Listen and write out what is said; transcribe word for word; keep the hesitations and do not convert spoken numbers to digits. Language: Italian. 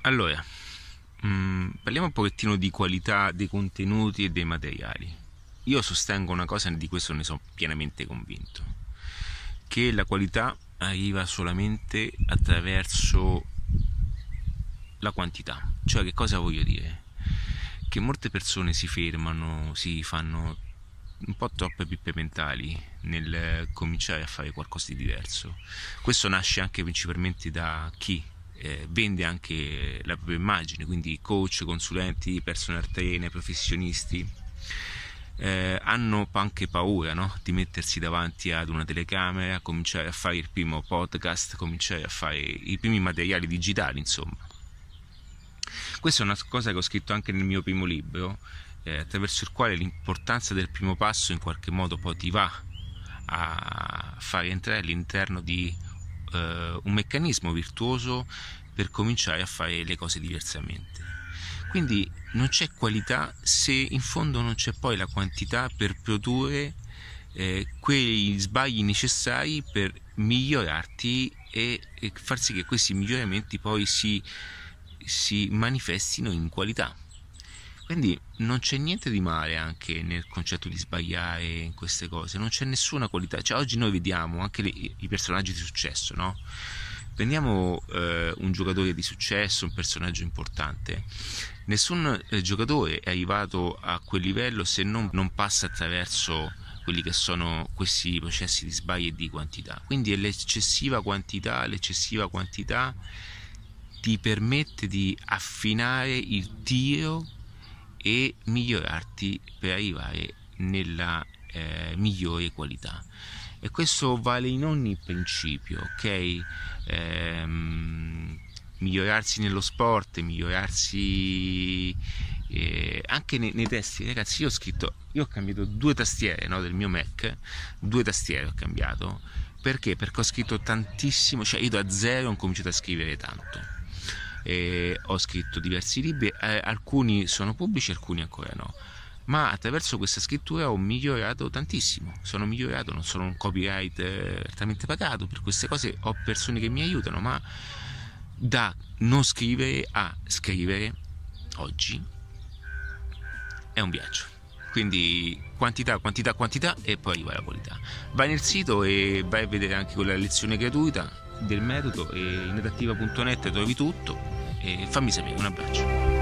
Allora, mh, parliamo un pochettino di qualità dei contenuti e dei materiali. Io sostengo una cosa e di questo ne sono pienamente convinto, che la qualità arriva solamente attraverso la quantità. Cioè, che cosa voglio dire? Che molte persone si fermano, si fanno un po' troppe pippe mentali nel cominciare a fare qualcosa di diverso. Questo nasce anche principalmente da chi eh, vende anche la propria immagine, quindi coach, consulenti, personal trainer, professionisti eh, hanno anche paura, no? Di mettersi davanti ad una telecamera, cominciare a fare il primo podcast, cominciare a fare i primi materiali digitali, insomma. Questa è una cosa che ho scritto anche nel mio primo libro, eh, attraverso il quale l'importanza del primo passo in qualche modo poi ti va a fare entrare all'interno di eh, un meccanismo virtuoso per cominciare a fare le cose diversamente. Quindi non c'è qualità se in fondo non c'è poi la quantità per produrre eh, quei sbagli necessari per migliorarti e, e far sì che questi miglioramenti poi si, si manifestino in qualità. Quindi non c'è niente di male anche nel concetto di sbagliare in queste cose, non c'è nessuna qualità. Cioè, oggi noi vediamo anche le, i personaggi di successo, no? Prendiamo eh, un giocatore di successo, un personaggio importante. Nessun eh, giocatore è arrivato a quel livello se non, non passa attraverso quelli che sono questi processi di sbagli e di quantità. Quindi è l'eccessiva quantità, l'eccessiva quantità ti permette di affinare il tiro e migliorarti per arrivare nella eh, migliore qualità. E questo vale in ogni principio, ok? Ehm, migliorarsi nello sport, migliorarsi eh, anche nei, nei testi. Ragazzi, io ho scritto, io ho cambiato due tastiere, no, del mio Mac, due tastiere ho cambiato. Perché? Perché ho scritto tantissimo, cioè io da zero ho cominciato a scrivere tanto. Eh, ho scritto diversi libri, eh, alcuni sono pubblici, alcuni ancora no, ma attraverso questa scrittura ho migliorato tantissimo, sono migliorato, non sono un copyright eh, altamente pagato, per queste cose ho persone che mi aiutano, ma da non scrivere a scrivere oggi è un viaggio. Quindi quantità, quantità, quantità e poi arriva la qualità. Vai nel sito e vai a vedere anche quella lezione gratuita del metodo e in adattiva punto net trovi tutto e fammi sapere. Un abbraccio.